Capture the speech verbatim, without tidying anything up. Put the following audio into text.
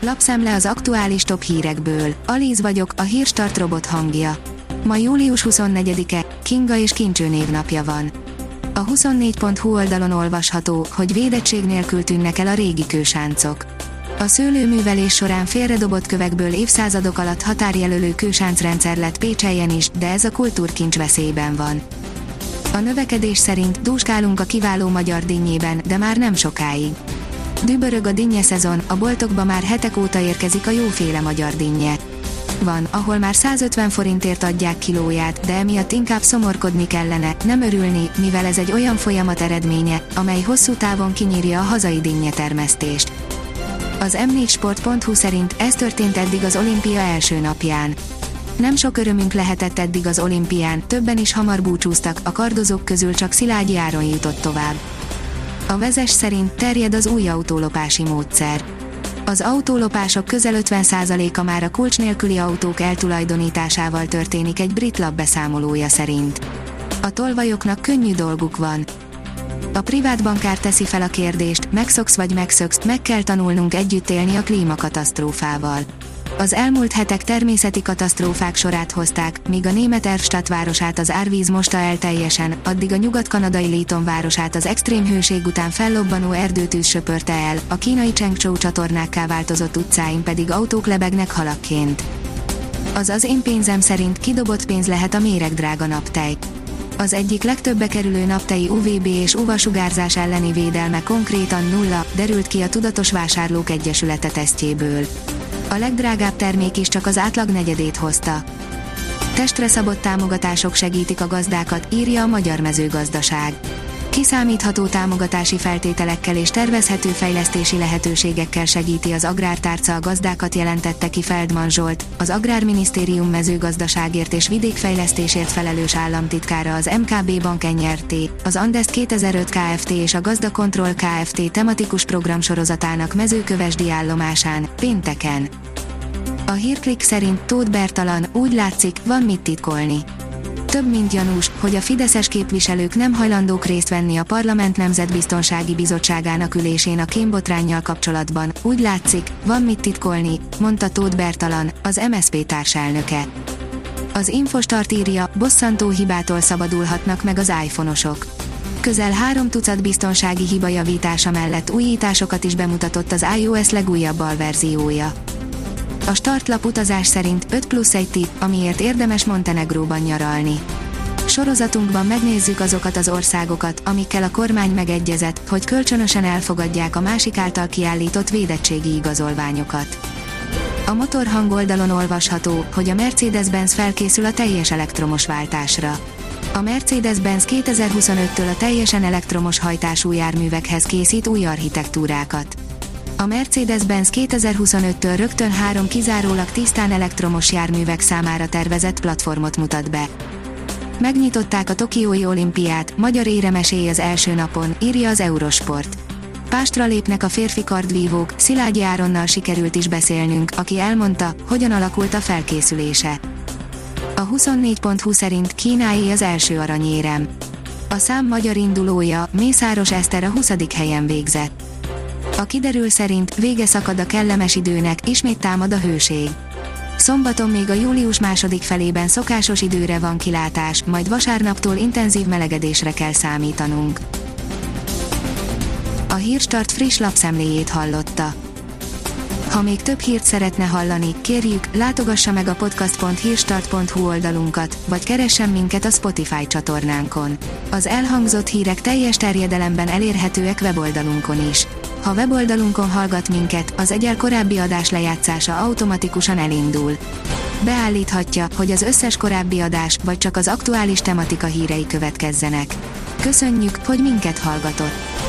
Lapszemle az aktuális top hírekből. Alíz vagyok, a Hírstart robot hangja. Ma július huszonnegyedike, Kinga és Kincső névnapja van. A huszonnégy pont hu oldalon olvasható, hogy védettség nélkül tűnnek el a régi kősáncok. A szőlőművelés során félredobott kövekből évszázadok alatt határjelölő kősáncrendszer lett Pécselyen is, de ez a kultúrkincs veszélyben van. A növekedés szerint dúskálunk a kiváló magyar dinnyében, de már nem sokáig. Dübörög a dinnye szezon, a boltokba már hetek óta érkezik a jóféle magyar dinnye. Van, ahol már százötven forintért adják kilóját, de emiatt inkább szomorkodni kellene, nem örülni, mivel ez egy olyan folyamat eredménye, amely hosszú távon kinyírja a hazai dinnyetermesztést. Az em négy sport pont hu szerint ez történt eddig az olimpia első napján. Nem sok örömünk lehetett eddig az olimpián, többen is hamar búcsúztak, a kardozók közül csak Szilágyi Áron jutott tovább. A Vezes szerint terjed az új autólopási módszer. Az autólopások közel ötven százaléka már a kulcs nélküli autók eltulajdonításával történik egy brit lap beszámolója szerint. A tolvajoknak könnyű dolguk van. A privát bankár teszi fel a kérdést, megszoksz vagy megszöksz, meg kell tanulnunk együtt élni a klímakatasztrófával. Az elmúlt hetek természeti katasztrófák sorát hozták, míg a német Erfstadt városát az árvíz mosta el teljesen, addig a nyugat-kanadai Leeton városát az extrém hőség után fellobbanó erdőtűz söpörte el, a kínai Chengzhou csatornákká változott utcáin pedig autók lebegnek halakként. Az az én pénzem szerint kidobott pénz lehet a méregdrága naptej. Az egyik legtöbbe kerülő naptei u vé bé és u va-sugárzás elleni védelme konkrétan nulla, derült ki a Tudatos Vásárlók Egyesülete tesztjéből. A legdrágább termék is csak az átlag negyedét hozta. Testre szabott támogatások segítik a gazdákat, írja a Magyar Mezőgazdaság. Kiszámítható támogatási feltételekkel és tervezhető fejlesztési lehetőségekkel segíti az Agrártárca a gazdákat, jelentette ki Feldman Zsolt, az Agrárminisztérium mezőgazdaságért és vidékfejlesztésért felelős államtitkára az em ká bé Bank en er té, az Andest kétezer-öt Kft. És a Gazdakontroll Kft. Tematikus programsorozatának mezőkövesdi állomásán, pénteken. A Hírklik szerint Tóth Bertalan, úgy látszik, van mit titkolni. Több mint gyanús, hogy a fideszes képviselők nem hajlandók részt venni a Parlament Nemzetbiztonsági Bizottságának ülésén a kémbotránnyal kapcsolatban, úgy látszik, van mit titkolni, mondta Tóth Bertalan, az em es zé pé társelnöke. Az Infostart írja, bosszantó hibától szabadulhatnak meg az iPhone-osok. Közel három tucat biztonsági hiba javítása mellett újításokat is bemutatott az iOS legújabb alverziója. A startlap utazás szerint öt plusz egy tipp, amiért érdemes Montenegróban nyaralni. Sorozatunkban megnézzük azokat az országokat, amikkel a kormány megegyezett, hogy kölcsönösen elfogadják a másik által kiállított védettségi igazolványokat. A Motorhang oldalon olvasható, hogy a Mercedes-Benz felkészül a teljes elektromos váltásra. A Mercedes-Benz kétezer-huszonöttől a teljesen elektromos hajtású járművekhez készít új architektúrákat. A Mercedes-Benz kétezer-huszonöttől rögtön három kizárólag tisztán elektromos járművek számára tervezett platformot mutat be. Megnyitották a tokiói olimpiát, magyar éremesély az első napon, írja az Eurosport. Pástra lépnek a férfi kardvívók, Szilágyi Áronnal sikerült is beszélnünk, aki elmondta, hogyan alakult a felkészülése. A huszonnégy pont hu szerint Kínáé az első aranyérem. A szám magyar indulója, Mészáros Eszter a huszadik helyen végzett. A kiderül szerint vége szakad a kellemes időnek, ismét támad a hőség. Szombaton még a július második felében szokásos időre van kilátás, majd vasárnaptól intenzív melegedésre kell számítanunk. A Hírstart friss lapszemléjét hallotta. Ha még több hírt szeretne hallani, kérjük, látogassa meg a podcast pont hírstart pont hu oldalunkat, vagy keressen minket a Spotify csatornánkon. Az elhangzott hírek teljes terjedelemben elérhetőek weboldalunkon is. Ha weboldalunkon hallgat minket, az egyel korábbi adás lejátszása automatikusan elindul. Beállíthatja, hogy az összes korábbi adás, vagy csak az aktuális tematika hírei következzenek. Köszönjük, hogy minket hallgatott!